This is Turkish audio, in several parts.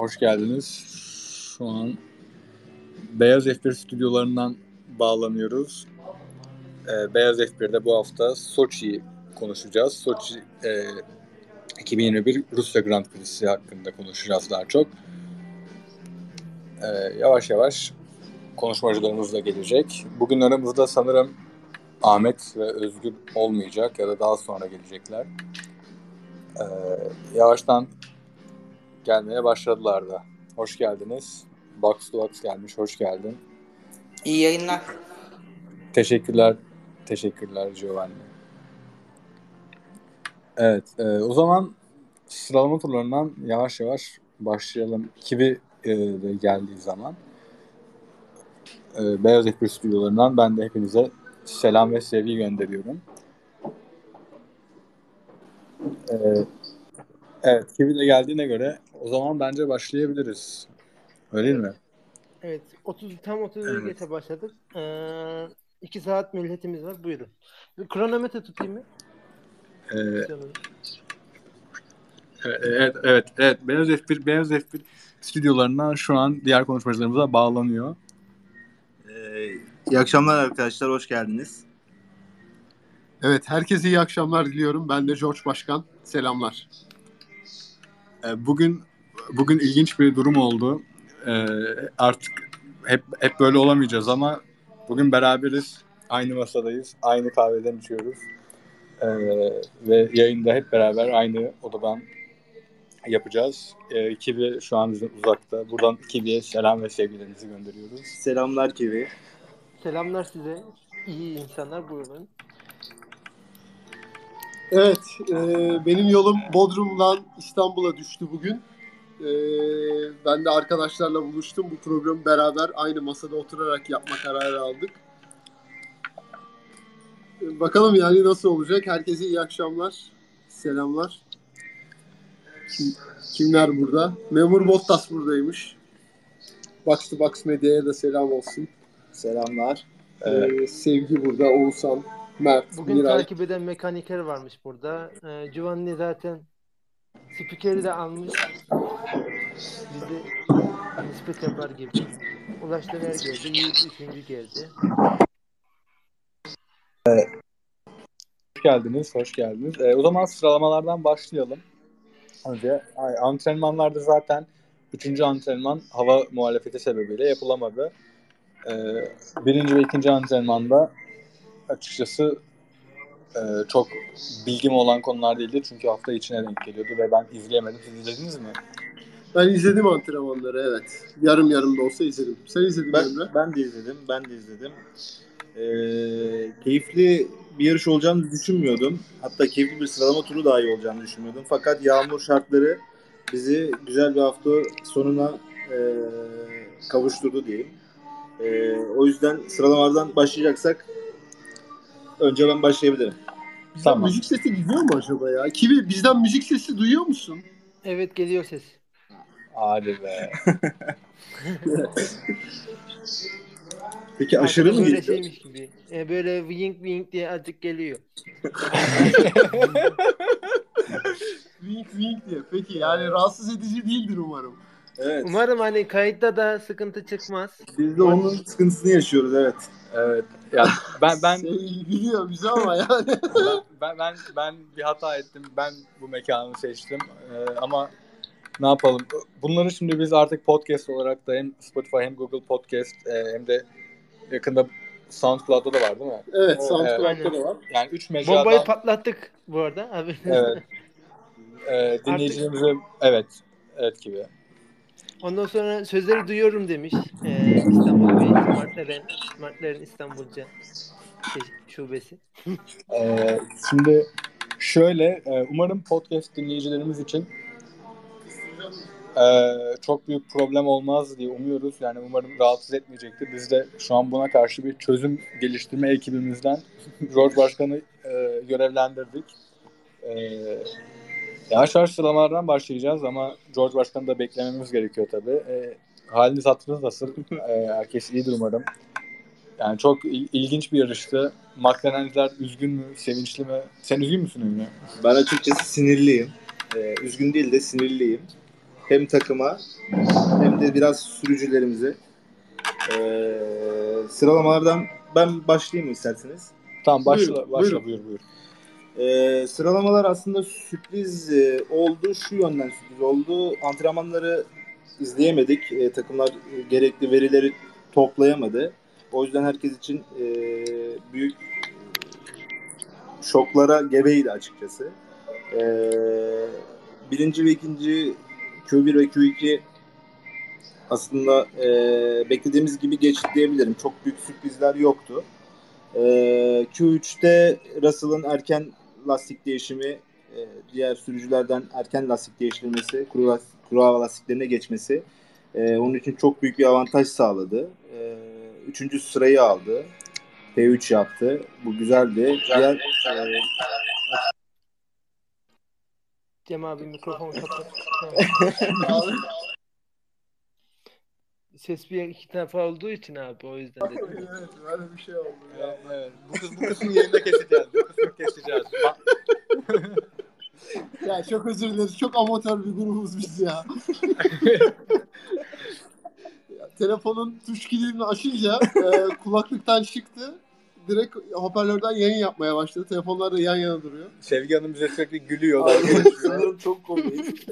hoş geldiniz. Şu an Beyaz F1 stüdyolarından bağlanıyoruz. Beyaz F1'de bu hafta Soçi'yi konuşacağız. Soçi 2021 Rusya Grand Prix'si hakkında konuşacağız daha çok. Yavaş yavaş konuşmacılarımız da gelecek. Bugün aramızda sanırım Ahmet ve Özgür olmayacak ya da daha sonra gelecekler. Yavaştan gelmeye başladılar da. Hoş geldiniz. Box to Box gelmiş, hoş geldin. İyi yayınlar. Teşekkürler Giovanni. Evet, o zaman sıralama turlarından yavaş yavaş başlayalım. Kivi de geldiği zaman. Beyaz F1 stüdyolarından ben de hepinize selam ve sevgi gönderiyorum. Evet, Kivi de geldiğine göre o zaman bence başlayabiliriz. Öyle değil mi? Evet, 30 geçe başladık. 2 saat milletimiz var. Buyurun. Bir kronometre tutayım mı? Evet. Beyaz F1 stüdyolarından şu an diğer konuşmacılarımıza bağlanıyor. İyi akşamlar arkadaşlar, hoş geldiniz. Evet, herkese iyi akşamlar diliyorum. Ben de George Başkan. Selamlar. Bugün ilginç bir durum oldu. Artık hep böyle olamayacağız ama bugün beraberiz. Aynı masadayız. Aynı kahveden içiyoruz. Ve yayında hep beraber aynı odadan yapacağız. Kivi şu an uzakta. Buradan Kivi'ye selam ve sevgilerimizi gönderiyoruz. Selamlar Kivi. Selamlar size. İyi insanlar, buyurun. Evet, benim yolum Bodrum'dan İstanbul'a düştü bugün. Ben de arkadaşlarla buluştum. Bu programı beraber aynı masada oturarak yapma kararı aldık. Bakalım yani nasıl olacak. Herkese iyi akşamlar. Selamlar. Kimler burada? Memur Bottas buradaymış. Box to Box Medya'ya da selam olsun. Selamlar. Sevgi burada, Oğuzhan, Mert, Bugün Miray. takip eden mekaniker varmış burada. Giovanni zaten spikeri de almış. Bizi nispet yapar gibi. Ulaş Döner geldi. Yiğit 3. geldi. Hoş geldiniz. O zaman sıralamalardan başlayalım. Önce antrenmanlarda zaten 3. antrenman hava muhalefeti sebebiyle yapılamadı. 1. ve 2. antrenmanda açıkçası çok bilgim olan konular değildi. Çünkü hafta içine denk geliyordu ve ben izleyemedim. Siz izlediniz mi? Ben izledim antrenmanları, evet. Yarım da olsa izledim. Sen izledin mi Emre? Ben de izledim. Keyifli bir yarış olacağını düşünmüyordum. Hatta keyifli bir sıralama turu daha iyi olacağını düşünmüyordum. Fakat yağmur şartları bizi güzel bir hafta sonuna kavuşturdu diyeyim. O yüzden sıralamalardan başlayacaksak önce ben başlayabilirim. Bizden Tamam. müzik sesi gidiyor mu acaba ya? Kivi, bizden müzik sesi duyuyor musun? Evet, geliyor ses. Hadi be. Peki aşırı mı böyle gidiyor? şeymiş gibi. Böyle wink diye azıcık geliyor. Wink diye. Peki yani rahatsız edici değildir umarım. Evet. Umarım hani kayıtta da sıkıntı çıkmaz. Biz de onun sıkıntısını yaşıyoruz, evet. Evet. Yani ben Biliyor bize ama yani. ben bir hata ettim. Ben bu mekanı seçtim. Ama ne yapalım? Bunları şimdi biz artık podcast olarak da hem Spotify hem Google Podcast hem de yakında SoundCloud'da da var değil mi? Evet, SoundCloud'da Aynen. da var. Yani 3 mecrada. Bombayı patlattık bu arada. Abi. Evet. Dinleyicilerimize evet gibi. Ondan sonra sözleri duyuyorum demiş İstanbul Bey, Smartlerin İstanbulca şubesi. Şimdi şöyle, umarım podcast dinleyicilerimiz için çok büyük problem olmaz diye umuyoruz. Yani umarım rahatsız etmeyecektir. Biz de şu an buna karşı bir çözüm geliştirme ekibimizden George Başkan'ı görevlendirdik. Yavaş yavaş sıralamalardan başlayacağız ama George Başkan'ı da beklememiz gerekiyor tabii. Haliniz hatırınız nasıl? Herkes iyidir umarım. Yani çok ilginç bir yarıştı. McLaren'ciler üzgün mü, sevinçli mi? Sen üzgün müsün Ünlü? Ben açıkçası sinirliyim. Üzgün değil de sinirliyim. hem takıma hem de biraz sürücülerimize. Sıralamalardan ben başlayayım mı isterseniz? Tamam Buyurun, başla buyurun. buyur. Sıralamalar aslında sürpriz oldu. Şu yönden sürpriz oldu. Antrenmanları izleyemedik. Takımlar gerekli verileri toplayamadı. O yüzden herkes için büyük şoklara gebeydi açıkçası. Birinci ve ikinci Q1 ve Q2 aslında beklediğimiz gibi geçti diyebilirim. Çok büyük sürprizler yoktu. Q3'te Russell'ın erken lastik değişimi, diğer sürücülerden erken lastik değiştirmesi, kuru hava lastiklerine geçmesi onun için çok büyük bir avantaj sağladı. Üçüncü sırayı aldı. P3 yaptı. Bu güzeldi. Diğer Cem abi mikrofonu kapat. Ha. Abi, Ses bir iki defa olduğu için abi o yüzden dedim. evet, böyle bir şey oldu. Ya. Evet. Bu kısmı yayında keseceğiz. Bu kısmı keseceğiz. Ya çok özür dileriz. Çok amatör bir grubuz biz ya. Ya, telefonun tuş kilidini açınca kulaklıktan çıktı. Direkt hoparlörden yayın yapmaya başladı. Telefonlar da yan yana duruyor. Sevgi Hanım bize sürekli gülüyor. sanırım çok komik.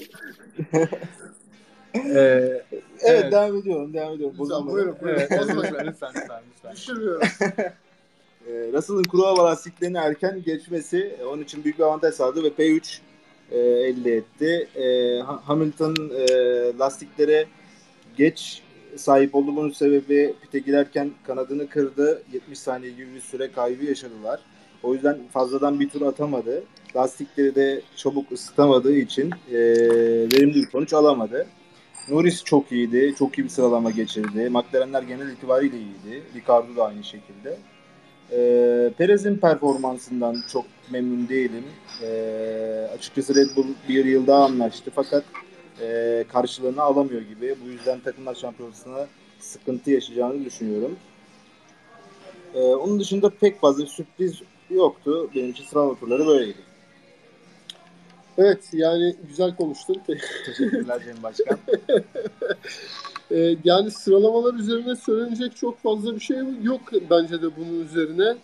Evet. Evet, devam ediyorum. Güzel, Bozulmadan. buyurun. Evet, Bozmayın. lütfen. Düşürmüyorum. Russell'ın kuru hava lastiklerini erken geçmesi onun için büyük bir avantaj sağladı ve P3 elde etti. Hamilton lastiklere geç sahip oldu. Bunun sebebi pite girerken kanadını kırdı. 70 saniye gibi bir süre kaybı yaşadılar. O yüzden fazladan bir tur atamadı. Lastikleri de çabuk ısıtamadığı için verimli bir sonuç alamadı. Norris çok iyiydi. Çok iyi bir sıralama geçirdi. McLaren'ler genel itibariyle iyiydi. Ricardo da aynı şekilde. Perez'in performansından çok memnun değilim. Açıkçası Red Bull bir yıl daha anlaştı fakat karşılığını alamıyor gibi. Bu yüzden takımlar şampiyonasına sıkıntı yaşayacağını düşünüyorum. Onun dışında pek fazla sürpriz yoktu. Benim için sıralama turları böyleydi. Evet, yani güzel konuştun. Teşekkürler Cem Başkan. Yani sıralamalar üzerine söylenecek çok fazla bir şey yok bence de bunun üzerine.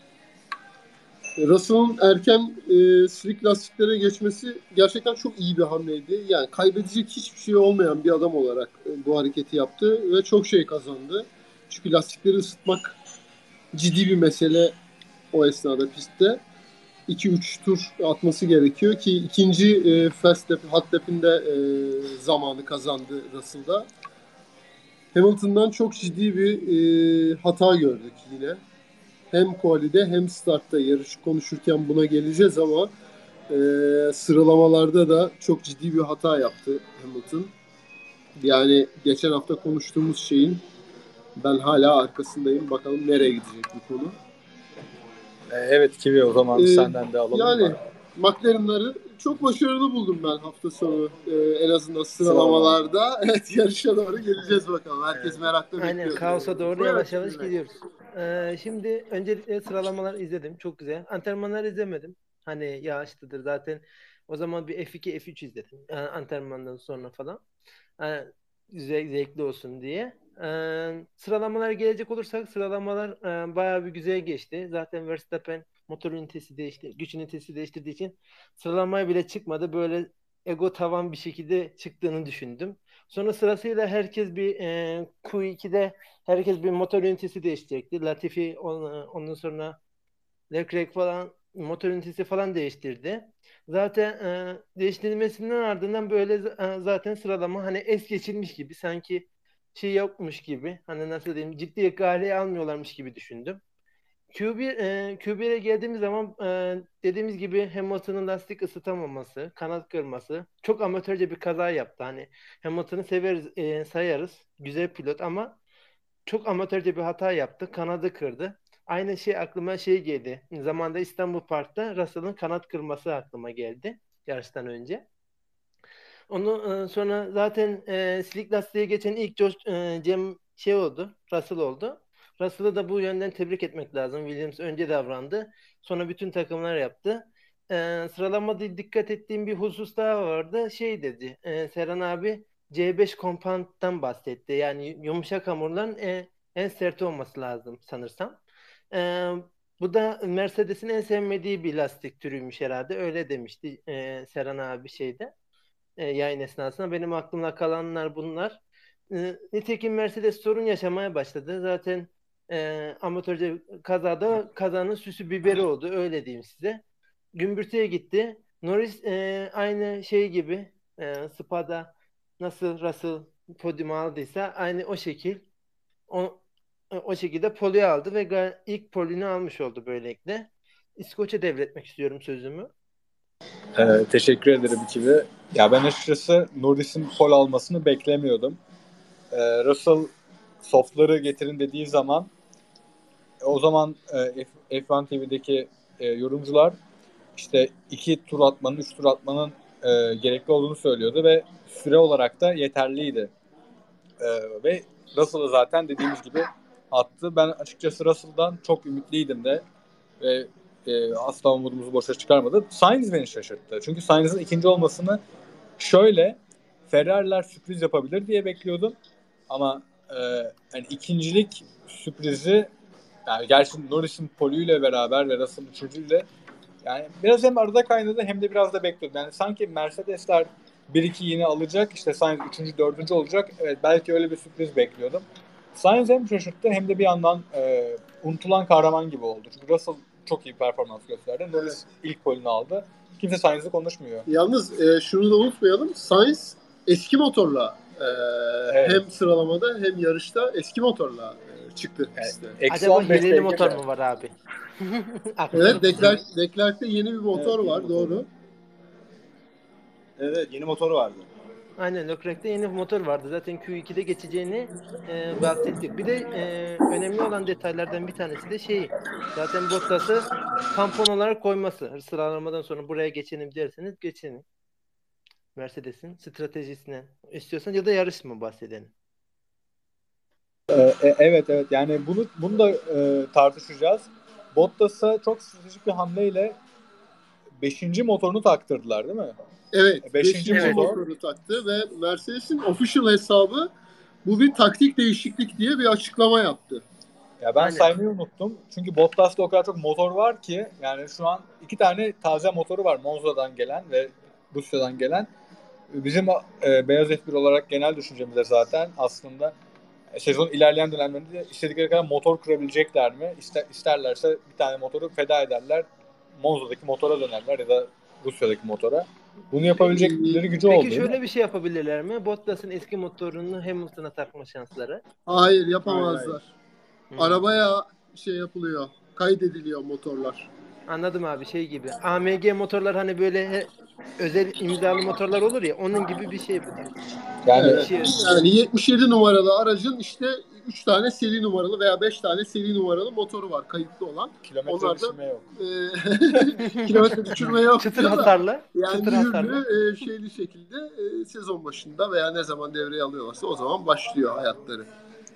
Russell'ın erken slick lastiklere geçmesi gerçekten çok iyi bir hamleydi. Yani kaybedecek hiçbir şey olmayan bir adam olarak bu hareketi yaptı ve çok şey kazandı. Çünkü lastikleri ısıtmak ciddi bir mesele o esnada pistte. 2-3 tur atması gerekiyor ki ikinci fast lap, hot lap'inde zamanı kazandı Russell'da. Hamilton'dan çok ciddi bir hata gördük yine. Hem quali'de hem startta yarış konuşurken buna geleceğiz ama sıralamalarda da çok ciddi bir hata yaptı Hamilton. Yani geçen hafta konuştuğumuz şeyin ben hala arkasındayım. Bakalım nereye gidecek bu konu. Evet Kivi, o zaman senden de alalım yani, mı? McLaren'ları çok başarılı buldum ben hafta sonu. En azından sıralamalarda. Evet, yarışa doğru geleceğiz bakalım. Herkes merakla bekliyor. Aynen, kaosa doğru Buyurun yavaş yavaş şimdi. gidiyoruz. Şimdi öncelikle sıralamalar izledim. Çok güzel. Antrenmanlar izlemedim. Hani yağışlıdır zaten. O zaman bir F2, F3 izledim. Antrenmandan sonra falan. Zevkli olsun diye. Sıralamalara gelecek olursak sıralamalar bayağı bir güzel geçti. Zaten Verstappen motor ünitesi değişti, güç ünitesi değiştirdiği için sıralamaya bile çıkmadı. Böyle ego tavan bir şekilde çıktığını düşündüm. Sonra sırasıyla herkes bir Q2'de herkes bir motor ünitesi değiştirecekti. Latifi ondan sonra Leclerc falan motor ünitesi falan değiştirdi. Zaten değiştirilmesinden ardından böyle zaten sıralama hani es geçilmiş gibi, sanki şey yokmuş gibi, hani nasıl diyeyim, ciddiye galeye almıyorlarmış gibi düşündüm. Q1'e geldiğimiz zaman dediğimiz gibi Hamilton'ın lastik ısıtamaması, kanat kırması çok amatörce bir kaza yaptı. Hani Hamilton'ı severiz, sayarız. Güzel pilot ama çok amatörce bir hata yaptı. Kanadı kırdı. Aynı şey aklıma şey geldi. Zamanında İstanbul Park'ta Russell'ın kanat kırması aklıma geldi yarıştan önce. Onu sonra zaten slick lastiğe geçen ilk Cem şey oldu. Russell oldu. Russell'ı da bu yönden tebrik etmek lazım. Williams önce davrandı. Sonra bütün takımlar yaptı. sıralamada dikkat ettiğim bir husus daha vardı. Şey dedi, Serhan abi C5 Compound'dan bahsetti. Yani yumuşak hamurların en sert olması lazım sanırsam. E, Bu da Mercedes'in en sevmediği bir lastik türüymüş herhalde. Öyle demişti Serhan abi yayın esnasında. Benim aklımda kalanlar bunlar. Nitekim Mercedes sorun yaşamaya başladı. Zaten amatörce kazada kazanın süsü biberi oldu. Öyle diyeyim size. Gümbürtüye gitti. Norris aynı şey gibi Spa'da nasıl Russell podyumu aldıysa aynı o şekil o şekilde poli aldı ve ilk polini almış oldu böylelikle. İskoç'a devretmek istiyorum sözümü. Teşekkür ederim ekibi. Ya ben açıkçası Norris'in pole almasını beklemiyordum. Russell softları getirin dediği zaman o zaman F1 TV'deki yorumcular işte 2 tur atmanın, 3 tur atmanın gerekli olduğunu söylüyordu ve süre olarak da yeterliydi. Ve Russell'ı zaten dediğimiz gibi attı. Ben açıkçası Russell'dan çok ümitliydim de ve asla umudumuzu boşa çıkarmadı. Sainz beni şaşırttı. Çünkü Sainz'in ikinci olmasını şöyle Ferrari'ler sürpriz yapabilir diye bekliyordum. Ama yani ikincilik sürprizi yani gerçi Norris'in polüyle beraber ve Russell'ın üçüncüyle yani biraz hem arada kaynadı hem de biraz da bekliyordum. Yani sanki Mercedesler 1-2 yine alacak. İşte Sainz 3. 4. olacak. Evet belki öyle bir sürpriz bekliyordum. Sainz hem şaşırttı hem de bir yandan unutulan kahraman gibi oldu. Çünkü Russell çok iyi performans gösterdi. Norris ilk polünü aldı. Kimse Sainz'i konuşmuyor. Yalnız şunu da unutmayalım. Sainz eski motorla Evet. hem sıralamada hem yarışta eski motorla çıktı piste. Acaba hileli motor mu var abi? Evet, Leclerc'te yeni bir motor var, doğru. Evet, yeni motoru vardı. Aynen, Leclerc'te yeni motor vardı. Zaten Q2'de geçeceğini bahsettik. Bir de önemli olan detaylardan bir tanesi de zaten Bottas'ı tampon olarak koyması. Sıralamadan sonra buraya geçelim derseniz geçelim. Mercedes'in stratejisinden istiyorsan ya da yarış mı bahsedelim? Evet yani bunu da tartışacağız. Bottas'a çok stratejik bir hamleyle 5. motorunu taktırdılar değil mi? Evet, 5. motoru taktı ve Mercedes'in official hesabı bu bir taktik değişiklik diye bir açıklama yaptı. Ya ben saymayı unuttum. Çünkü Bottas'ta o kadar çok motor var ki yani şu an 2 tane taze motoru var Monza'dan gelen ve Rusya'dan gelen. Bizim Beyaz F1 olarak genel düşüncemiz de zaten aslında sezon ilerleyen dönemlerinde istedikleri kadar motor kurabilecekler mi? İsterlerse bir tane motoru feda ederler. Monza'daki motora dönerler ya da Rusya'daki motora. Bunu yapabilecekleri gücü oldu. Peki şöyle bir şey yapabilirler mi? Bottas'ın eski motorunu Hamilton'a takma şansları. Hayır, yapamazlar. Hayır. Arabaya yapılıyor. Kaydediliyor motorlar. Anladım abi, gibi. AMG motorlar hani böyle özel imzalı motorlar olur ya, onun gibi bir şey bu diyorsun. Yani 77 numaralı aracın işte 3 tane seri numaralı veya 5 tane seri numaralı motoru var kayıtlı olan. Kilometre düşürme yok. Kilometre düşürme yok. Çıtır hasarlı. Yani çıtır hasarlı. şeyli şekilde sezon başında veya ne zaman devreye alıyorlarsa o zaman başlıyor hayatları.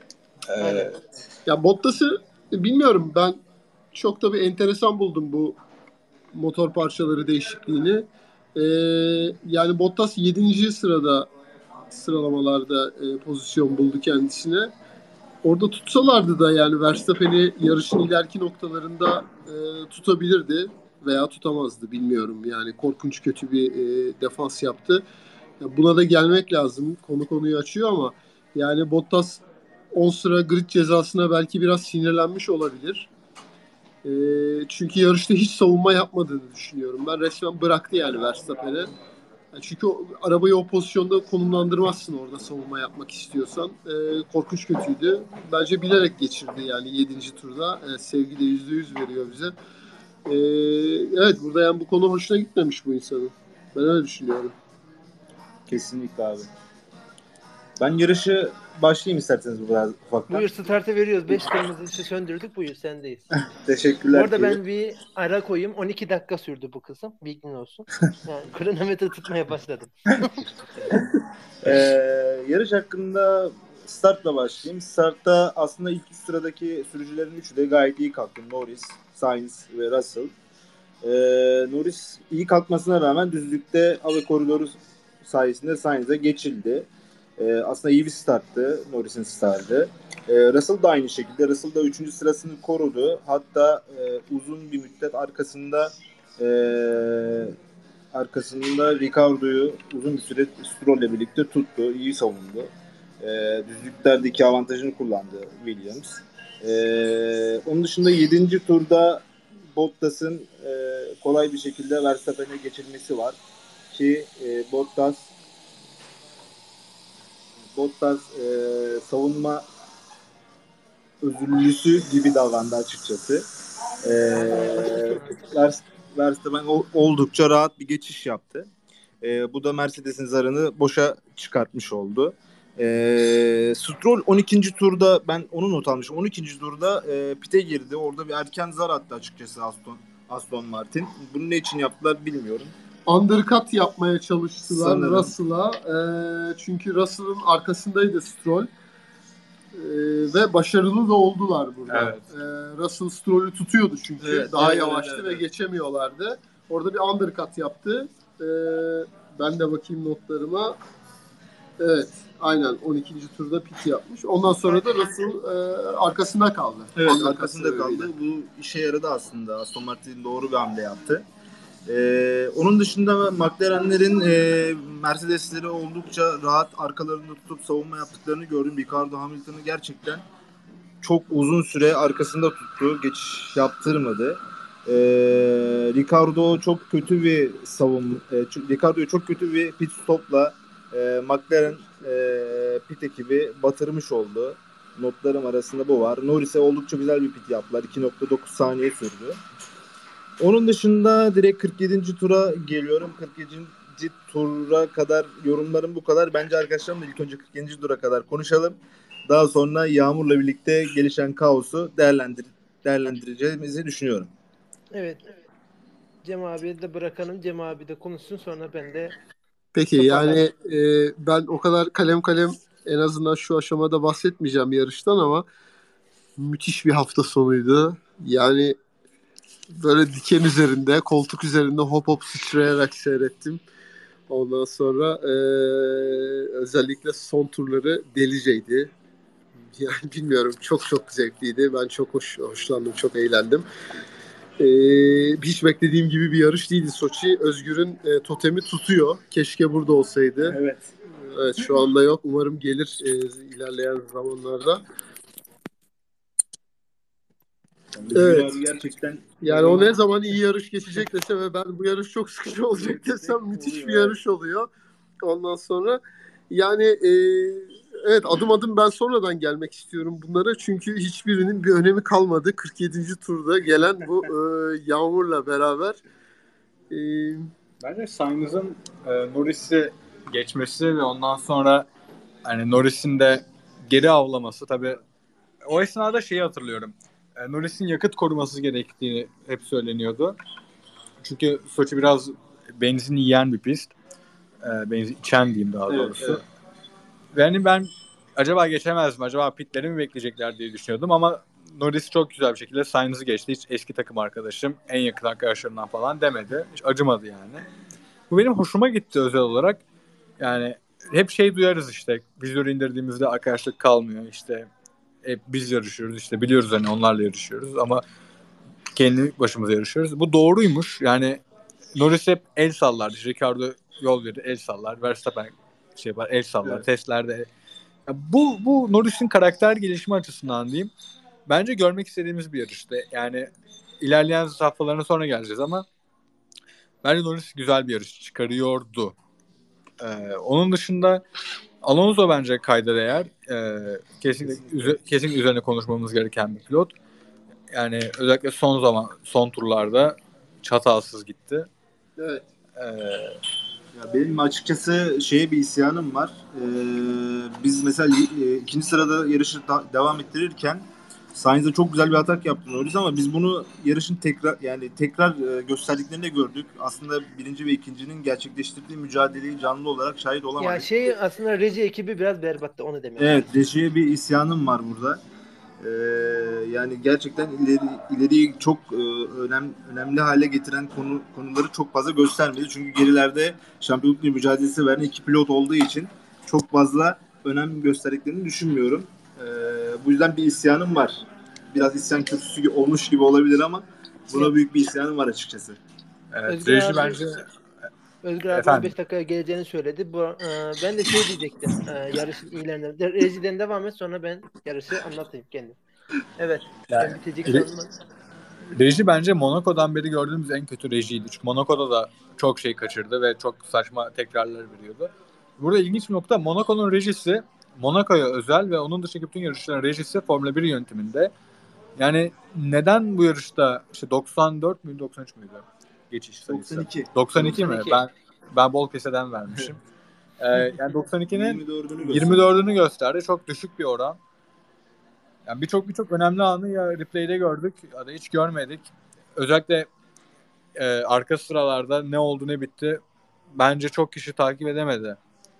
Ya Bottas'ı bilmiyorum, ben çok da bir enteresan buldum bu motor parçaları değişikliğini. Yani Bottas 7. sırada sıralamalarda pozisyon buldu kendisine. Orada tutsalardı da yani Verstappen'i yarışın ileriki noktalarında tutabilirdi veya tutamazdı, bilmiyorum. Yani korkunç kötü bir defans yaptı. Ya buna da gelmek lazım. Konuyu açıyor ama yani Bottas 10 sıra grid cezasına belki biraz sinirlenmiş olabilir. Çünkü yarışta hiç savunma yapmadığını düşünüyorum. Ben resmen bıraktı yani Verstappen'e. Çünkü arabayı o pozisyonda konumlandırmazsın orada savunma yapmak istiyorsan. Korkunç kötüydü. Bence bilerek geçirdi yani 7. turda. Sevgi de %100 veriyor bize. Evet, burada yani bu konu hoşuna gitmemiş bu insanın. Ben öyle düşünüyorum. Kesinlikle abi. Ben yarışı başlayayım isterseniz biraz ufaktan. Buyur, startı veriyoruz. 5 kırmızı ışığı söndürdük. Buyur, sendeyiz. Teşekkürler. Bu arada ben bir ara koyayım. 12 dakika sürdü bu kısım. Bilgin olsun. Yani kronometre tutmaya başladım. Yarış hakkında startla başlayayım. Startta aslında ilk sıradaki sürücülerin üçü de gayet iyi kalktı. Norris, Sainz ve Russell. Norris iyi kalkmasına rağmen düzlükte hava koridoru sayesinde Sainz'e geçildi. Aslında iyi bir starttı. Norris'in startı. Russell da aynı şekilde. Russell da 3. sırasını korudu. Hatta uzun bir müddet arkasında Ricciardo'yu uzun bir süre Stroll'le birlikte tuttu. İyi savundu. Düzlüklerdeki avantajını kullandı Williams. Onun dışında 7. turda Bottas'ın kolay bir şekilde Verstappen'e geçilmesi var. Ki Bottas savunma özürlüsü gibi davrandı açıkçası. Verstappen oldukça rahat bir geçiş yaptı. Bu da Mercedes'in zarını boşa çıkartmış oldu. Stroll 12. turda, ben onu not almışım. 12. turda pite girdi. Orada bir erken zar attı açıkçası Aston Martin. Bunu ne için yaptılar bilmiyorum. Undercut yapmaya çalıştılar Sanırım. Russell'a. Çünkü Russell'ın arkasındaydı Stroll. Ve başarılı da oldular burada. Evet. Russell Stroll'ü tutuyordu çünkü. Evet, daha evet, yavaştı evet, ve evet. geçemiyorlardı. Orada bir undercut yaptı. Ben de bakayım notlarıma. Evet. Aynen 12. turda pit yapmış. Ondan sonra da Russell arkasında kaldı. Evet, Undercut arkasında sebebiyle. kaldı. Bu işe yaradı aslında. Aston Martin doğru bir hamle yaptı. Onun dışında McLaren'lerin Mercedes'leri oldukça rahat arkalarında tutup savunma yaptıklarını gördüm. Ricardo Hamilton'ı gerçekten çok uzun süre arkasında tuttu. Geçiş yaptırmadı. Ricardo'yu çok kötü bir pit stopla McLaren pit ekibi batırmış oldu. Notlarım arasında bu var. Norris'e oldukça güzel bir pit yaptılar. 2.9 saniye sürdü. Onun dışında direkt 47. tura geliyorum. 47. tura kadar yorumlarım bu kadar. Bence arkadaşlarımla ilk önce 47. tura kadar konuşalım. Daha sonra Yağmur'la birlikte gelişen kaosu değerlendireceğimizi düşünüyorum. Evet. Cem abiye de bırakalım. Cem abi de konuşsun, sonra ben de Peki toparlarım. yani ben o kadar kalem kalem en azından şu aşamada bahsetmeyeceğim yarıştan ama müthiş bir hafta sonuydu. Yani böyle diken üzerinde, koltuk üzerinde hop hop sıçrayarak seyrettim. Ondan sonra özellikle son turları deliceydi. Yani bilmiyorum, çok çok zevkliydi. Ben çok hoşlandım, çok eğlendim. Hiç beklediğim gibi bir yarış değildi Soçi. Özgür'ün totemi tutuyor. Keşke burada olsaydı. Evet. Evet, şu anda yok. Umarım gelir ilerleyen zamanlarda. Evet. Abi gerçekten Yani o ne zaman iyi yarış geçecek dese ve ben bu yarış çok sıkıcı olacak desem müthiş bir yarış oluyor. Ondan sonra yani evet, adım adım ben sonradan gelmek istiyorum bunlara. Çünkü hiçbirinin bir önemi kalmadı. 47. turda gelen bu Yağmur'la beraber. Bence Sainz'ın Norris'i geçmesi ve ondan sonra hani Norris'in de geri avlaması, tabii o esnada şeyi hatırlıyorum. Norris'in yakıt koruması gerektiği hep söyleniyordu. Çünkü Soçi biraz benzin yiyen bir pist. Benzin içen diyeyim daha doğrusu. Evet. Yani ben acaba geçemez mi? Acaba pitleri mi bekleyecekler diye düşünüyordum ama Norris çok güzel bir şekilde Sainz'ı geçti. Hiç eski takım arkadaşım, en yakın arkadaşlarımdan falan demedi. Hiç acımadı yani. Bu benim hoşuma gitti özel olarak. Yani hep şey duyarız işte. Vizörü indirdiğimizde arkadaşlık kalmıyor. İşte hep biz yarışıyoruz. İşte biliyoruz hani onlarla yarışıyoruz ama kendi başımıza yarışıyoruz. Bu doğruymuş. Yani Norris hep el sallar. Ricardo yol verir, el sallar. Verstappen şey yapar, el sallar. Evet. Testlerde. Ya bu Norris'in karakter gelişimi açısından diyeyim. Bence görmek istediğimiz bir yarıştı. Yani ilerleyen safhalarına sonra geleceğiz ama bence Norris güzel bir yarış çıkarıyordu. Onun dışında Alonso bence kayda değer. Kesinlikle üzerine konuşmamız gereken bir pilot. Yani özellikle son turlarda hatasız gitti. Evet. Ya benim açıkçası bir isyanım var. Biz mesela ikinci sırada yarışı devam ettirirken Sainz'e çok güzel bir atak yaptı Norris ama biz bunu yarışın tekrar gösterdiklerini gördük. Aslında birinci ve ikincinin gerçekleştirdiği mücadeleyi canlı olarak şahit olamadık. Ya aslında reji ekibi biraz berbattı, onu demek Evet, lazım. rejiye bir isyanım var burada. Yani gerçekten ileriyi çok önemli hale getiren konuları çok fazla göstermedi. Çünkü gerilerde şampiyonluk mücadelesi veren iki pilot olduğu için çok fazla önem gösterdiklerini düşünmüyorum. Bu yüzden bir isyanım var. Biraz isyan kürsüsü olmuş gibi olabilir ama buna büyük bir isyanım var açıkçası. Evet, Özgür reji abi, bence Özgür abi efendim. 15 dakikaya geleceğini söyledi. Ben de şey diyecektim. Yarışın iyilerine. Rejiden devam et, sonra ben yarışı anlatayım kendim. Evet. Yani, Ben bitecek sandım. reji bence Monaco'dan beri gördüğümüz en kötü rejiydi. Çünkü Monaco'da da çok şey kaçırdı ve çok saçma tekrarlar veriyordu. Burada ilginç bir nokta, Monaco'nun rejisi Monaco'ya özel ve onun dışındaki bütün yarışların rejisi Formula 1 yönteminde. Yani neden bu yarışta işte 94 müydü 93 müydü geçiş sayısı? 92. 92 mi? 92. Ben bol keseden vermişim. Yani 92'nin 24'ünü 24'ünü gösterdi. Çok düşük bir oran. Yani birçok önemli anı ya replay'de gördük ya da hiç görmedik. Özellikle arka sıralarda ne oldu ne bitti bence çok kişi takip edemedi.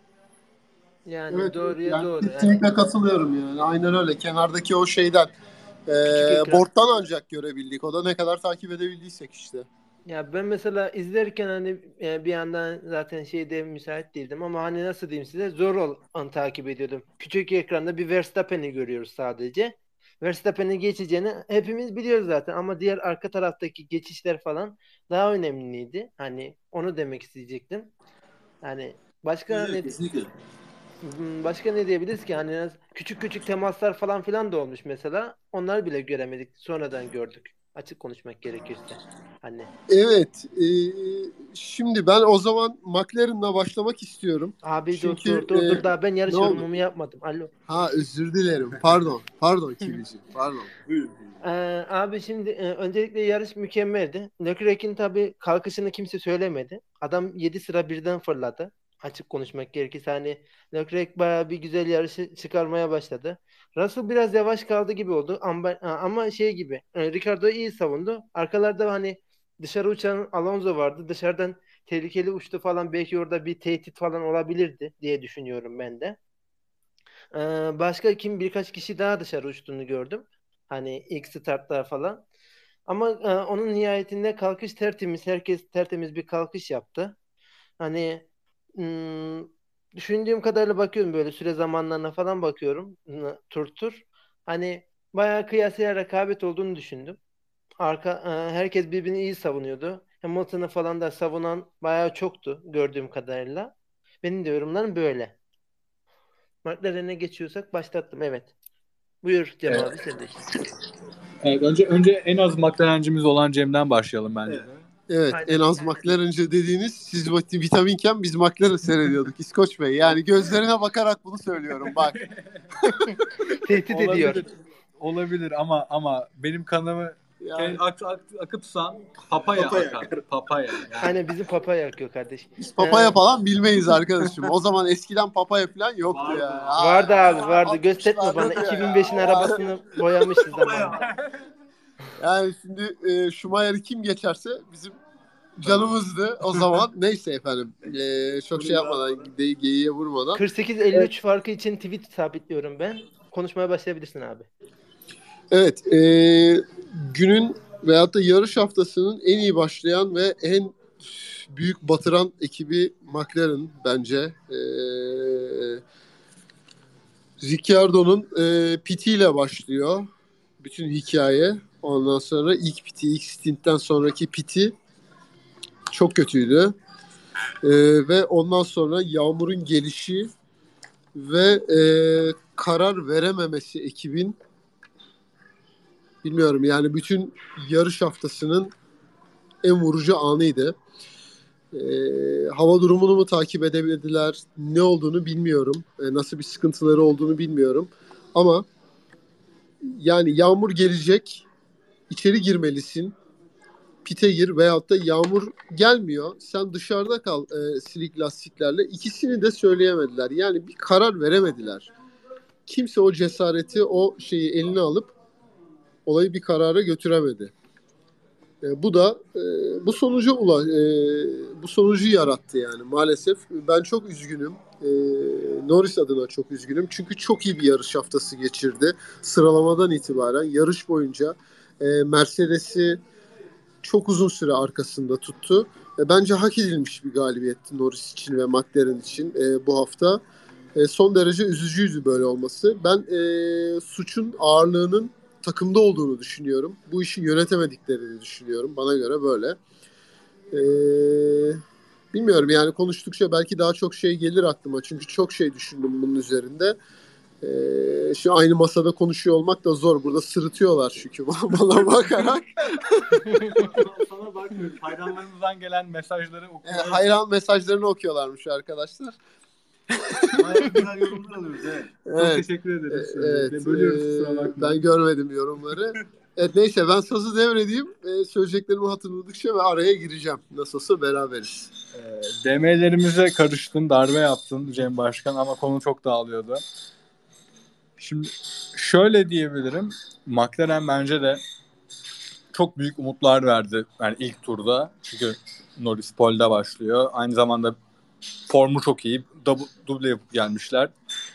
Yani Evet, doğruya yani doğru. Yani kesinlikle katılıyorum yani. Aynen öyle. Kenardaki o şeyden küçük ekran. board'dan ancak görebildik. O da ne kadar takip edebildiysek işte. Ya ben mesela izlerken hani bir yandan zaten şeyde müsait değildim ama hani nasıl diyeyim size, an takip ediyordum. Küçük ekranda bir Verstappen'i görüyoruz sadece. Verstappen'i geçeceğini hepimiz biliyoruz zaten ama diğer arka taraftaki geçişler falan daha önemliydi. Hani onu demek isteyecektim. Yani başka Evet, ne kesinlikle. başka ne diyebiliriz ki, hani küçük küçük temaslar falan filan da olmuş mesela. Onlar bile göremedik. Sonradan gördük. Açık konuşmak gerekirse. Hani Evet. Şimdi ben o zaman McLaren'la başlamak istiyorum. abi dur Çünkü dur dur dur, daha ben ne yarış oldu? yorumumu yapmadım. Alo. Ha, özür dilerim. Pardon. Pardon Kivici. Pardon. Buyurun. Abi şimdi öncelikle yarış mükemmeldi. Leclerc'in tabii kalkışını kimse söylemedi. Adam 7 sıra birden fırladı. Açık konuşmak gerekirse hani Leclerc bayağı bir güzel yarışı çıkarmaya başladı. Russell biraz yavaş kaldı gibi oldu ama şey gibi, Ricardo iyi savundu. Arkalarda hani dışarı uçan Alonso vardı. Dışarıdan tehlikeli uçtu falan. Belki orada bir tehdit falan olabilirdi diye düşünüyorum ben de. Başka birkaç kişi daha dışarı uçtuğunu gördüm. Hani ilk startlar falan. Ama onun nihayetinde kalkış tertemiz. Herkes tertemiz bir kalkış yaptı. Hani hmm, düşündüğüm kadarıyla bakıyorum, böyle süre zamanlarına falan bakıyorum. Tur. Hani bayağı kıyasıya rekabet olduğunu düşündüm. Herkes birbirini iyi savunuyordu. Hamilton'ı falan da savunan bayağı çoktu gördüğüm kadarıyla. Benim de yorumlarım böyle. McLaren'e geçiyorsak başlattım, evet. Buyur Cem Evet, abi, sendeyiz. evet, önce en az McLaren'cimiz olan Cem'den başlayalım bence de. Evet, en Aynen. az McLaren'cı dediğiniz, siz vitaminken biz McLaren seyrediyorduk İskoç Bey. Yani gözlerine bakarak bunu söylüyorum bak. Tehdit ediyor. Olabilir ama benim kanımı Yani akıtsan papaya Papaya akar. akar. Papaya. Yani. Aynen, bizim papa yakıyor kardeş. biz papaya Ee, falan bilmeyiz arkadaşım. O zaman eskiden papaya falan yoktu Vardı, ya. vardı. Vardı abi, vardı. Göstertme 60'larda bana. diyor ya. 2005'in arabasını boyamıştı zamanında. Yani şimdi Schumacher'i kim geçerse bizim canımızdı o zaman. Neyse efendim. Çok şey yapmadan, geyiğe vurmadan. 48-53 farkı için tweet sabitliyorum ben. Konuşmaya başlayabilirsin abi. Evet, günün veyahut da yarış haftasının en iyi başlayan ve en büyük batıran ekibi McLaren bence. Ricciardo'nun pitiyle başlıyor bütün hikaye. Ondan sonra ilk stintten sonraki piti çok kötüydü. Ve ondan sonra yağmurun gelişi ve karar verememesi ekibin, bilmiyorum yani, bütün yarış haftasının en vurucu anıydı. Hava durumunu mu takip edebildiler? Ne olduğunu bilmiyorum. Nasıl bir sıkıntıları olduğunu bilmiyorum. Ama yani yağmur gelecek, içeri girmelisin. Pite gir veyahut da yağmur gelmiyor. Sen dışarıda kal silik lastiklerle. İkisini de söyleyemediler. Yani bir karar veremediler. Kimse o cesareti, o şeyi eline alıp olayı bir karara götüremedi. Bu da bu sonucu yarattı yani maalesef. Ben çok üzgünüm. Norris adına çok üzgünüm. Çünkü çok iyi bir yarış haftası geçirdi. Sıralamadan itibaren yarış boyunca Mercedes'i çok uzun süre arkasında tuttu. Bence hak edilmiş bir galibiyetti Norris için ve McLaren için bu hafta. Son derece üzücüydü böyle olması. Ben suçun ağırlığının takımda olduğunu düşünüyorum. Bu işi yönetemediklerini düşünüyorum. Bana göre böyle. Bilmiyorum yani konuştukça belki daha çok şey gelir aklıma. Çünkü çok şey düşündüm bunun üzerinde. Şu aynı masada konuşuyor olmak da zor. Burada sırıtıyorlar çünkü bana bakarak. Sana bakmıyorum. Hayranlarımızdan gelen mesajları okuyorlar. Hayran mesajlarını okuyorlarmış arkadaşlar. Bayağı güzel yorumlar alıyoruz. Evet. Çok teşekkür ederiz. Evet. Bölüyoruz, kusura bakmayın. Ben görmedim yorumları. Evet neyse ben sözü devredeyim. Söyleyeceklerimi hatırladıkça ve araya gireceğim. Nasılsa beraberiz. DM'lerimize karıştın, darbe yaptın Cem Başkan ama konu çok dağılıyordu. Şimdi şöyle diyebilirim. McLaren bence de çok büyük umutlar verdi yani ilk turda. Çünkü Norris pole'de başlıyor. Aynı zamanda formu çok iyi. Duble yapıp gelmişler.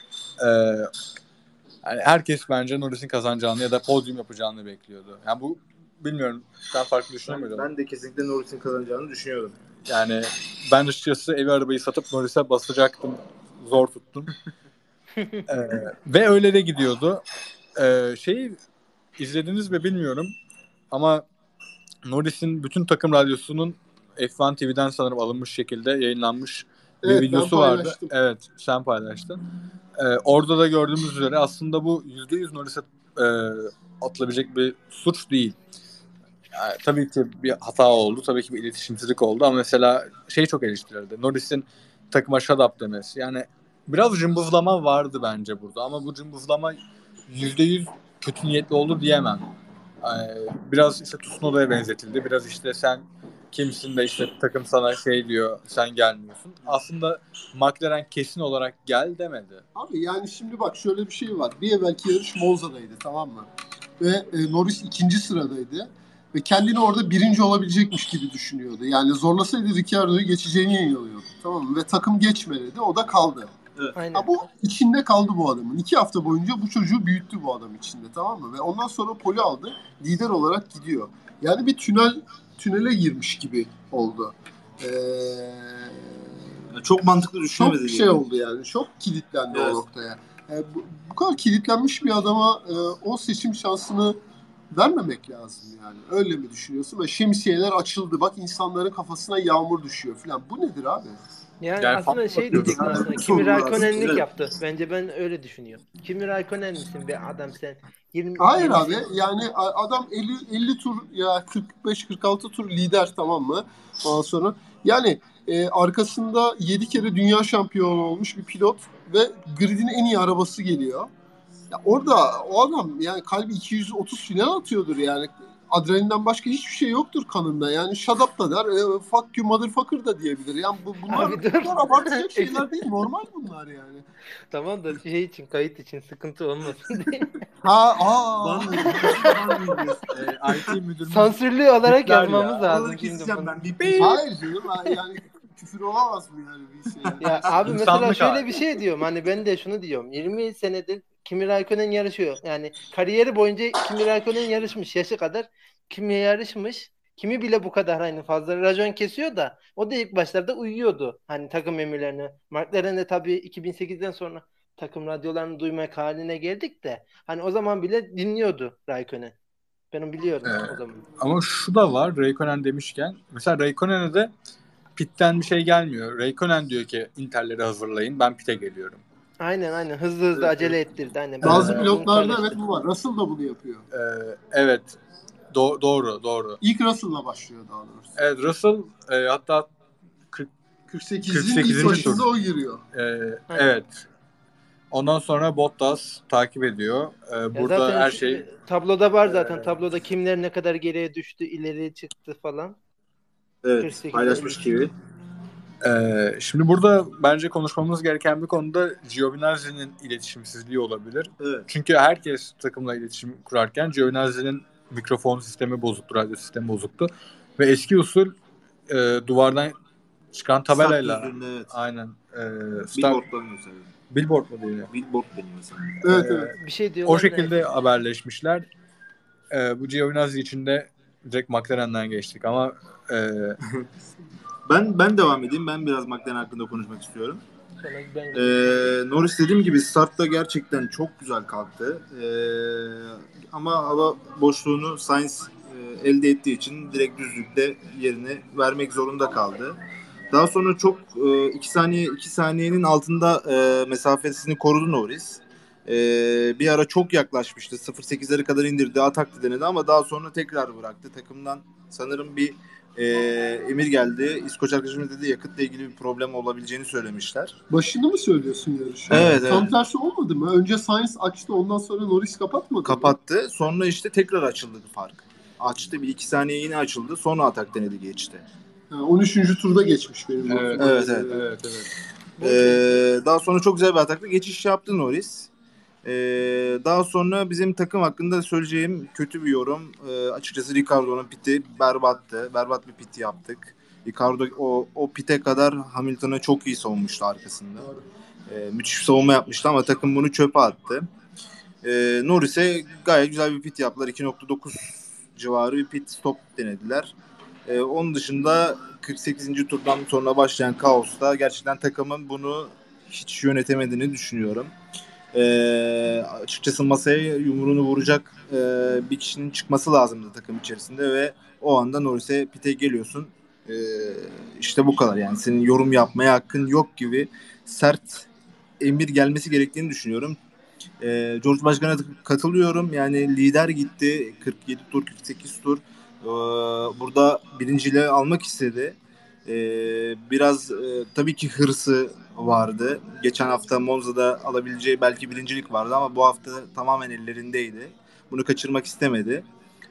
Yani herkes bence Norris'in kazanacağını ya da podyum yapacağını bekliyordu. Yani bu bilmiyorum. Ben farklı düşünemiyordum. Ben de kesinlikle Norris'in kazanacağını düşünüyorum. Yani ben açıkçası evi arabayı satıp Norris'e basacaktım. Zor tuttum. Ve öyle de gidiyordu. Şeyi izlediniz mi bilmiyorum. Ama Norris'in bütün takım radyosunun F1 TV'den sanırım alınmış şekilde yayınlanmış bir videosu vardı. Evet, sen paylaştın. Orada da gördüğümüz üzere aslında bu %100 Norris'e atılabilecek bir suç değil. Yani, tabii ki bir hata oldu. Tabii ki bir iletişimsizlik oldu. Ama mesela çok eleştirildi. Norris'in takıma shut up demesi. Yani biraz cımbızlama vardı bence burada. Ama bu cımbızlama %100 kötü niyetli oldu diyemem. Biraz işte Tsunoda'ya benzetildi. Biraz işte sen kimsin de işte takım sana diyor, sen gelmiyorsun. Aslında McLaren kesin olarak gel demedi. Abi yani şimdi bak şöyle bir şey var. Bir evvelki yarış Monza'daydı, tamam mı? Ve Norris 2. sıradaydı. Ve kendini orada 1. olabilecekmiş gibi düşünüyordu. Yani zorlasaydı Ricciardo'yu geçeceğine inanıyordu. Tamam mı? Ve takım geçmedi. O da kaldı. Evet. Bu içinde kaldı bu adamın. 2 hafta boyunca bu çocuğu büyüttü bu adam içinde, tamam mı? Ve ondan sonra poli aldı. Lider olarak gidiyor. Yani bir tünele girmiş gibi oldu. Çok mantıklı düşünemedi. Çok oldu yani. Çok kilitlendi o noktaya. Bu kadar kilitlenmiş bir adama o seçim şansını vermemek lazım yani. Öyle mi düşünüyorsun? Ve şemsiyeler açıldı. Bak insanların kafasına yağmur düşüyor falan. Bu nedir abi? Yani aslında diyecektim aslında. Kimi Raikkonen'lik yaptı. Bence ben öyle düşünüyorum. Kimi Raikkonen misin be adam sen? Hayır abi. Yani adam 50 tur ya 45-46 tur lider, tamam mı? Ondan sonra yani arkasında 7 kere dünya şampiyonu olmuş bir pilot ve gridin en iyi arabası geliyor. Ya orada o adam yani kalbi 230 falan atıyordur yani. Adrenalinden başka hiçbir şey yoktur kanında. Yani shut up da der, fuck you motherfucker da diyebilir. Yani bunlar abartacak şeyler değil. Normal bunlar yani. Tamam da için, kayıt için sıkıntı olmasın diye. IT müdürümüz sansürlü olarak yazmamız lazım. Hayır canım yani küfür olamaz mı yani bir şey? Ya abi mesela şöyle bir şey diyorum. Hani ben de şunu diyorum. 20 senedir Kimi Raikkonen yarışıyor. Yani kariyeri boyunca Kimi Raikkonen yarışmış. Yaşı kadar Kimi yarışmış. Kimi bile bu kadar fazla racon kesiyor da o da ilk başlarda uyuyordu. Hani takım emirlerine. McLaren de tabii 2008'den sonra takım radyolarını duymak haline geldik de hani o zaman bile dinliyordu Raikkonen. Ben onu biliyorum o zaman. Ama şu da var Raikkonen demişken. Mesela Raikkonen'e de pitten bir şey gelmiyor. Raikkonen diyor ki Inter'leri hazırlayın, ben pite geliyorum. Aynen hızlı acele ettirdi. Bazı pilotlarda evet bu var. Russell da bunu yapıyor. Evet. Doğru. İlk Russell'la başlıyor daha doğrusu. Evet, Russell hatta 48'in ilk başında o giriyor. Evet. Ondan sonra Bottas takip ediyor. Burada zaten her şey tabloda var zaten. Tabloda kimler ne kadar geriye düştü, ileriye çıktı falan. Evet, paylaşmış gibi. Şimdi burada bence konuşmamız gereken bir konuda Giovinazzi'nin iletişimsizliği olabilir. Evet. Çünkü herkes takımla iletişim kurarken Giovinazzi'nin mikrofon sistemi bozuktu, radyo sistemi bozuktu. Ve eski usul duvardan çıkan tabelayla. Start düzlüğünde, evet. Aynen. Billboard'ların mesela. Billboard mu diyor? Billboard benim mesela. Evet. Bir şey diyorlar O şekilde da. haberleşmişler. Bu Giovinazzi için de direkt McLaren'den geçtik ama Ben devam edeyim. Ben biraz McLaren hakkında konuşmak istiyorum. Sonra ben Norris dediğim gibi startta gerçekten çok güzel kalktı. Ama hava boşluğunu Sainz elde ettiği için direkt düzlükte yerini vermek zorunda kaldı. Daha sonra çok 2 saniyenin altında mesafesini korudu Norris. Bir ara çok yaklaşmıştı. 0.8'leri kadar indirdi. Atak denedi ama daha sonra tekrar bıraktı. Takımdan sanırım bir emir geldi. İskoç arkadaşımız dedi yakıtla ilgili bir problem olabileceğini söylemişler. Başında mı söylüyorsun yarışı? Evet, Tam evet. tersi olmadı mı? Önce Sainz açtı, ondan sonra Norris kapatmadı mı? Kapattı. Sonra işte tekrar açıldı fark. Açtı. Bir 2 saniye yine açıldı. Sonra atak denedi, geçti. 13. turda geçmiş benim. Evet. Evet. Daha sonra çok güzel bir atakla geçiş yaptı Norris. Daha sonra bizim takım hakkında söyleyeceğim kötü bir yorum. Açıkçası Ricciardo'nun piti berbattı. Berbat bir pit yaptık. Ricciardo o pite kadar Hamilton'ı çok iyi savunmuştu arkasında. Müthiş bir savunma yapmıştı ama takım bunu çöpe attı. Norris'e gayet güzel bir pit yaptılar. 2.9 civarı bir pit stop denediler. Onun dışında 48. turdan sonra başlayan kaosta gerçekten takımın bunu hiç yönetemediğini düşünüyorum. Açıkçası masaya yumruğunu vuracak bir kişinin çıkması lazımdı takım içerisinde ve o anda Norris'e pite geliyorsun. İşte bu kadar yani. Senin yorum yapmaya hakkın yok gibi sert emir gelmesi gerektiğini düşünüyorum. George Başkan'a katılıyorum. Yani lider gitti. 47 tur, 48 tur. Burada birinciliği almak istedi. Biraz tabii ki hırsı vardı. Geçen hafta Monza'da alabileceği belki birincilik vardı ama bu hafta tamamen ellerindeydi. Bunu kaçırmak istemedi.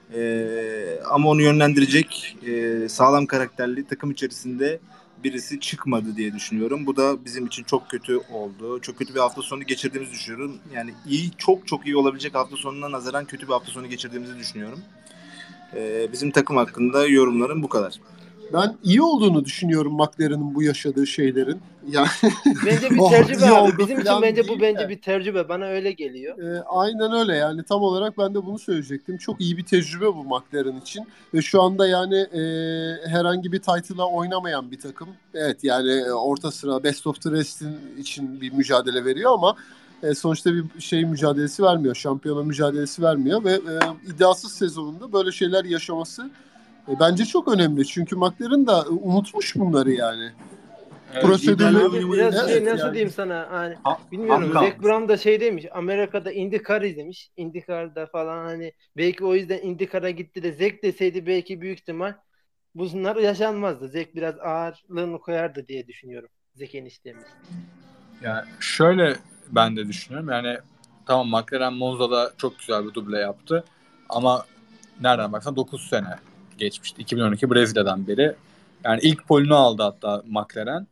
Ama onu yönlendirecek sağlam karakterli takım içerisinde birisi çıkmadı diye düşünüyorum. Bu da bizim için çok kötü oldu. Çok kötü bir hafta sonu geçirdiğimizi düşünüyorum. Yani çok iyi olabilecek hafta sonuna nazaran kötü bir hafta sonu geçirdiğimizi düşünüyorum. Bizim takım hakkında yorumlarım bu kadar. Ben iyi olduğunu düşünüyorum McLaren'ın bu yaşadığı şeylerin. Yani bence bir Oh, tecrübe iyi abi. oldu Bizim için falan bence bu değil bence de. bir tecrübe. Bana öyle geliyor. Aynen öyle yani tam olarak ben de bunu söyleyecektim. Çok iyi bir tecrübe bu McLaren için ve şu anda yani herhangi bir title'a oynamayan bir takım. Evet yani orta sıra Best of the Rest'in için bir mücadele veriyor ama sonuçta bir şey mücadelesi vermiyor. Şampiyona mücadelesi vermiyor ve iddiasız sezonunda böyle şeyler yaşaması bence çok önemli. Çünkü McLaren da unutmuş bunları yani. Evet, Prosedürleri Abi biraz evet, nasıl yani. diyeyim sana hani ham bilmiyorum. kalmış. Zac Brown da şey demiş. Amerika'da IndyCar izlemiş. IndyCar'da falan hani belki o yüzden IndyCar'a gitti de Zac deseydi belki büyük ihtimal bunlar yaşanmazdı. Zac biraz ağırlığını koyardı diye düşünüyorum. Zac eniştemiz. Yani şöyle ben de düşünüyorum. Yani tamam McLaren Monza'da çok güzel bir duble yaptı. Ama nereden baksan 9 sene geçmişti. 2012 Brezilya'dan beri. Yani ilk polünü aldı hatta McLaren.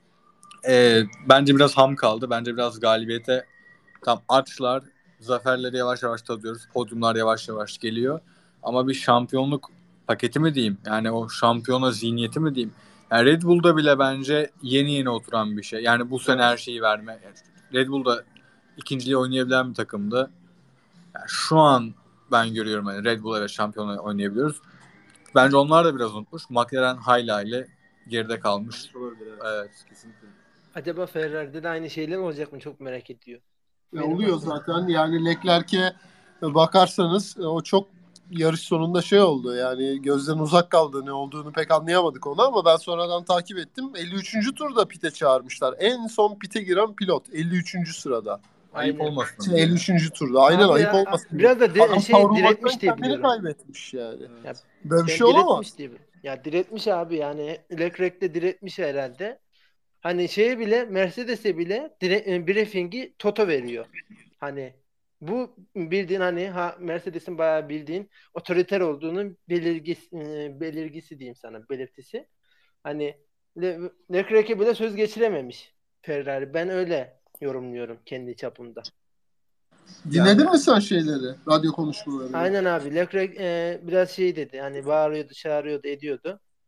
Bence biraz ham kaldı. Bence biraz galibiyete tam açlar. Zaferleri yavaş yavaş tadıyoruz. Podyumlar yavaş yavaş geliyor. Ama bir şampiyonluk paketi mi diyeyim? Yani o şampiyona zihniyeti mi diyeyim? Yani Red Bull'da bile bence yeni oturan bir şey. Yani bu sene her şeyi verme. Yani Red Bull'da ikinciliği oynayabilen bir takımdı. Yani şu an ben görüyorum yani Red Bull evet şampiyonu oynayabiliyoruz. Bence onlar da biraz unutmuş. McLaren hala ile geride kalmış. Evet. Kesinlikle. Acaba Ferrari'de de aynı şeyler olacak mı? Çok merak ediyor. Oluyor zaten. Yani Leclerc'e bakarsanız o çok yarış sonunda şey oldu. Yani gözden uzak kaldı. Ne olduğunu pek anlayamadık onu ama ben sonradan takip ettim. 53. turda pite çağırmışlar. En son pite giren pilot 53. sırada. Ayıp Aynen. olmasın. 53. turda. Aynen Abi ayıp ya olmasın diye. biraz da Adam diretmiş kavrulmaktan diye kendini biliyorum. kaybetmiş yani. Ya Böyle bir ben şey olamaz. diretmiş diye. Ya diretmiş abi yani Leclerc de diretmiş herhalde. Hani şeye bile Mercedes'e bile briefingi Toto veriyor. Hani bu bildiğin hani Mercedes'in bayağı bildiğin otoriter olduğunun belirgisi diyeyim sana belirtisi. Hani Leclerc'e bile söz geçirememiş Ferrari. Ben öyle yorumluyorum kendi çapımda. Dinledin mi sen şeyleri? Radyo konuşmalarını? Aynen abi. Leclerc biraz şey dedi. Hani bağırıyordu, çağırıyordu, ediyordu.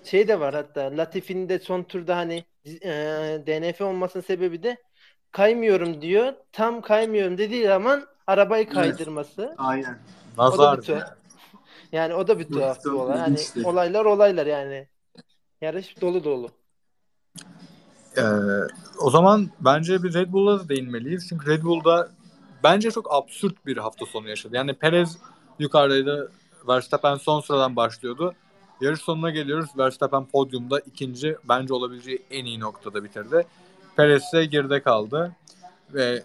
Şey de var hatta Latifi'nin de son turda hani DNF olmasının sebebi de kaymıyorum diyor. Tam kaymıyorum dediği zaman arabayı Evet. kaydırması. Aynen. O da bir Nazar. tuhaf. Yani o da bir tuhaf bir olay. Hani İlginçti. olaylar yani. Yarış dolu dolu. Ee, O zaman bence bir Red Bull'a da değinmeliyiz. Çünkü Red Bull'da bence çok absürt bir hafta sonu yaşadı. Yani Perez yukarıdaydı. Verstappen son sıradan başlıyordu. Yarış sonuna geliyoruz. Verstappen podyumda ikinci, bence olabileceği en iyi noktada bitirdi. Perez ise geride kaldı. Ve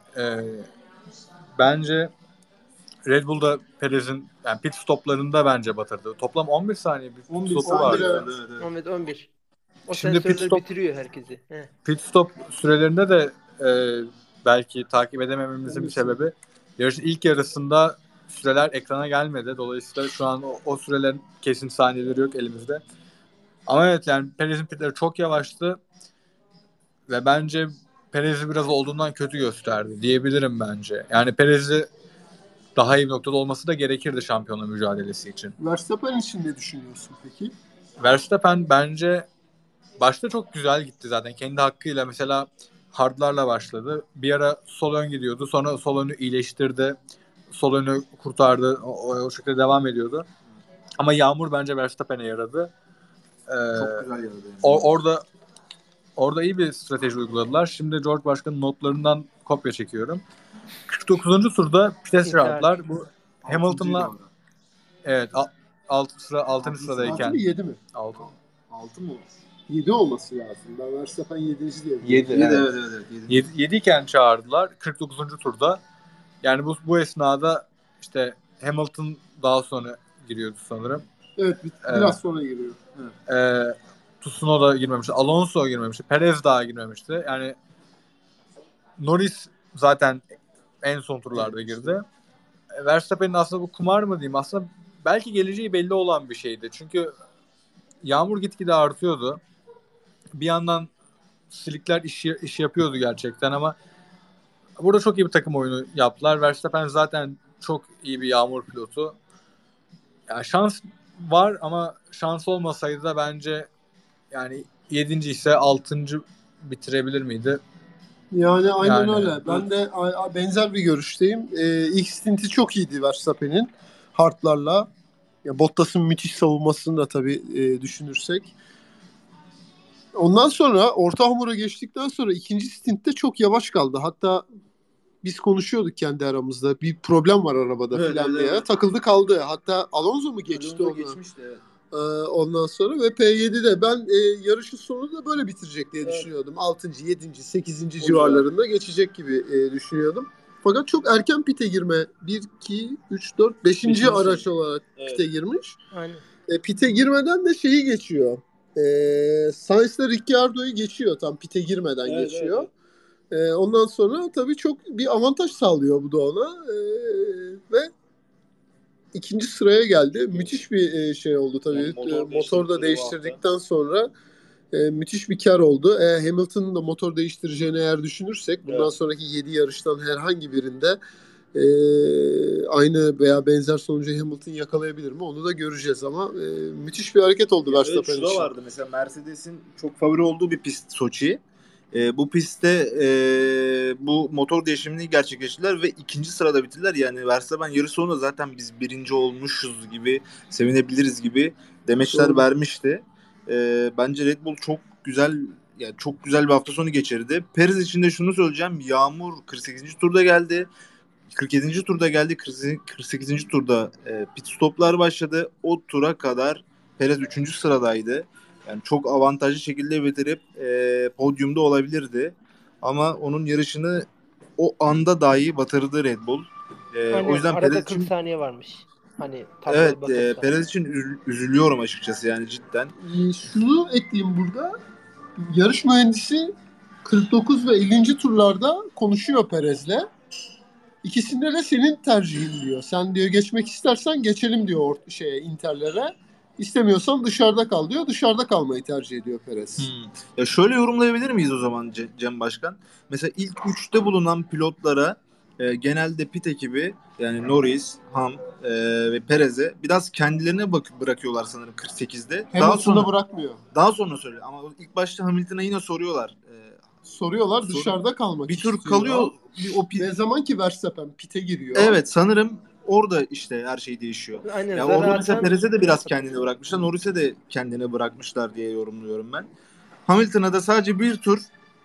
bence Red Bull'da Perez'in yani pit stoplarında bence batırdı. Toplam 11 saniye bir pit 11 stopu 11, vardı. evet. Evet, evet. Ahmet 11. O Şimdi sensörler bitiriyor herkesi. He. pit stop sürelerinde de belki takip edemememizin bir sebebi yarışın ilk yarısında süreler ekrana gelmedi. Dolayısıyla şu an o sürelerin kesin saniyeleri yok elimizde. Ama evet, yani Perez'in pitleri çok yavaştı ve bence Perez'i biraz olduğundan kötü gösterdi diyebilirim bence. Yani Perez'i daha iyi bir noktada olması da gerekirdi şampiyonla mücadelesi için. Verstappen için ne düşünüyorsun peki? Verstappen bence başta çok güzel gitti zaten. Kendi hakkıyla mesela hardlarla başladı. Bir ara sol ön gidiyordu. Sonra sol önü iyileştirdi. Sol önü kurtardı. O şekilde devam ediyordu. Ama yağmur bence Verstappen'e yaradı. Çok güzel yaradı. Yani. Orada iyi bir strateji uyguladılar. Şimdi George Başkan'ın notlarından kopya çekiyorum. 49. turda pite çağırdılar. Bu Hamilton'la evet 6. sıradayken 6 mı 7 mi? 6 mı? 7 olması lazım. Ben Verstappen 7. diye biliyorum. 7 evet. 7 iken çağırdılar 49. turda. Yani bu esnada işte Hamilton daha sonra giriyordu sanırım. Evet, biraz sonra giriyor. Tsunoda girmemişti. Alonso girmemişti. Perez daha girmemişti. Yani Norris zaten en son turlarda girdi. Verstappen'in aslında bu kumar mı diyeyim? Aslında belki geleceği belli olan bir şeydi. Çünkü yağmur gitgide artıyordu. Bir yandan Slickler iş yapıyordu gerçekten ama burada çok iyi bir takım oyunu yaptılar. Verstappen zaten çok iyi bir yağmur pilotu. Yani şans var ama şans olmasaydı da bence yani 7. ise 6. bitirebilir miydi? Yani aynen Yani, öyle. Ben de benzer bir görüşteyim. İlk stinti çok iyiydi Verstappen'in. Hardlarla. Ya Bottas'ın müthiş savunmasını da tabii düşünürsek. Ondan sonra orta hamura geçtikten sonra ikinci stintte çok yavaş kaldı. Hatta biz konuşuyorduk kendi aramızda. Bir problem var arabada Evet, filan evet, diye. evet. Takıldı kaldı. Hatta Alonso mu geçti onu? geçmişti evet. Ondan sonra ve P7'de ben yarışın sonunu da böyle bitirecek diye düşünüyordum. 6. 7. 8. civarlarında geçecek gibi düşünüyordum. Fakat çok erken pite girme. 1, 2, 3, 4, 5. araç olarak pite girmiş. Aynen. Pite girmeden de şeyi geçiyor. Sainz'la Ricciardo'yu geçiyor. Tam pite girmeden geçiyor. Ondan sonra tabii çok bir avantaj sağlıyor bu da ona. Ve ikinci sıraya geldi. Müthiş bir şey oldu tabii. Yani motor da değiştirdikten sonra müthiş bir kar oldu. Hamilton'ın da motor değiştireceğini eğer düşünürsek bundan sonraki 7 yarıştan herhangi birinde aynı veya benzer sonucu Hamilton yakalayabilir mi? Onu da göreceğiz ama müthiş bir hareket oldu Verstappen için. Şurada vardı mesela Mercedes'in çok favori olduğu bir pist Soçi. Bu pistte bu motor değişimini gerçekleştirdiler ve ikinci sırada bitirdiler. Yani Verstappen yarış sonunda zaten biz birinci olmuşuz gibi, sevinebiliriz gibi demeçler vermişti. Bence Red Bull çok güzel, yani çok güzel bir hafta sonu geçirdi. Perez için de şunu söyleyeceğim. Yağmur 48. turda geldi. 47. turda geldi. 48. turda pit stoplar başladı. O tura kadar Perez 3. sıradaydı. Yani çok avantajlı şekilde bitirip podyumda olabilirdi. Ama onun yarışını o anda dahi batırdı Red Bull. Hani O yüzden arada Perez 40 için saniye varmış. Hani evet, tabloya bakırsa. Perez için üzülüyorum açıkçası yani cidden. Şunu ekleyeyim burada. Yarış mühendisi 49 ve 50. turlarda konuşuyor Perez'le. İkisinde de senin tercihin diyor. Sen diyor geçmek istersen geçelim diyor Inter'lere. İstemiyorsan dışarıda kal diyor. Dışarıda kalmayı tercih ediyor Perez. Ya şöyle yorumlayabilir miyiz o zaman Cem Başkan? Mesela ilk 3'te bulunan pilotlara genelde pit ekibi yani Norris, Ham ve Perez'e biraz kendilerine bırakıyorlar sanırım 48'de. Hamilton'a bırakmıyor. Daha sonra söyle ama ilk başta Hamilton'a yine soruyorlar. Soruyorlar dışarıda kalmak bir tur istiyor. kalıyor. O ne zaman ki Verstappen pit'e giriyor. Evet sanırım orada işte her şey değişiyor. Aynen, Ya orada mesela Perez'e de biraz kendine bırakmışlar. Norris'e de kendine bırakmışlar diye yorumluyorum ben. Hamilton'a da sadece bir tur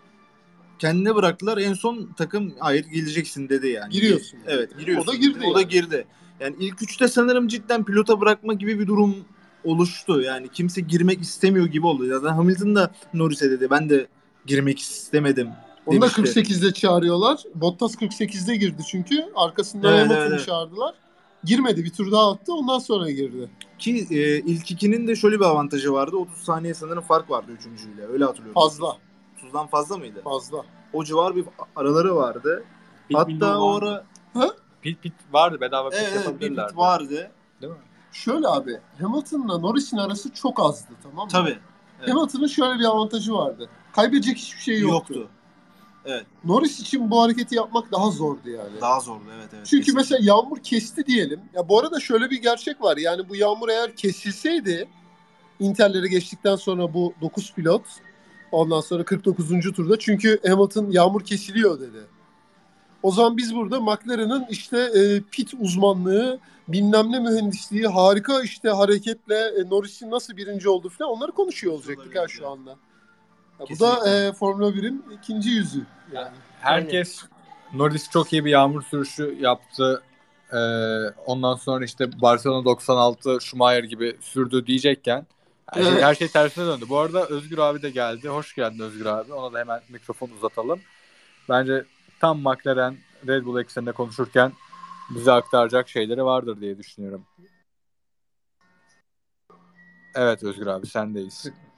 kendine bıraktılar. En son takım hayır geleceksin dedi yani. Giriyorsun. Evet giriyorsun. O da girdi. O da girdi. Yani ilk üçte sanırım cidden pilota bırakma gibi bir durum oluştu. Yani kimse girmek istemiyor gibi oldu. Zaten Hamilton da Norris'e dedi ben de girmek istemedim Onu da demişti. 48'de çağırıyorlar. Bottas 48'de girdi çünkü. Arkasından Hamilton'ı çağırdılar. Girmedi. Bir tur daha attı. Ondan sonra girdi. Ki ilk ikinin de şöyle bir avantajı vardı. 30 saniye sanırım fark vardı üçüncüyle. Öyle hatırlıyorum. Fazla. 30'dan fazla mıydı? Fazla. O civar bir araları vardı. Hatta o ara pit vardı. Bedava pit yapabilirlerdi. Pit vardı. Değil mi? Şöyle abi. Hamilton'la Norris'in arası çok azdı, tamam mı? Tabii. Evet. Hamilton'ın şöyle bir avantajı vardı. Kaybedecek hiçbir şey yoktu. Evet. Norris için bu hareketi yapmak daha zordu yani. Daha zordu evet. Çünkü kesinlikle. mesela yağmur kesti diyelim. Ya bu arada şöyle bir gerçek var. Yani bu yağmur eğer kesilseydi Inter'leri geçtikten sonra bu 9 pilot ondan sonra 49. turda çünkü Hamilton yağmur kesiliyor dedi. O zaman biz burada McLaren'ın işte pit uzmanlığı, bilmem ne mühendisliği, harika işte hareketle Norris'in nasıl birinci oldu falan onları konuşuyor olacaktık ha şu anda. Ya bu da Formula 1'in ikinci yüzü. Yani. Herkes Norris çok iyi bir yağmur sürüşü yaptı. Ondan sonra işte Barcelona 96 Schumacher gibi sürdü diyecekken her şey tersine döndü. Bu arada Özgür abi de geldi. Hoş geldin Özgür abi. Ona da hemen mikrofon uzatalım. Bence tam McLaren Red Bull ekseninde konuşurken bize aktaracak şeyleri vardır diye düşünüyorum. Evet Özgür abi sendeyiz.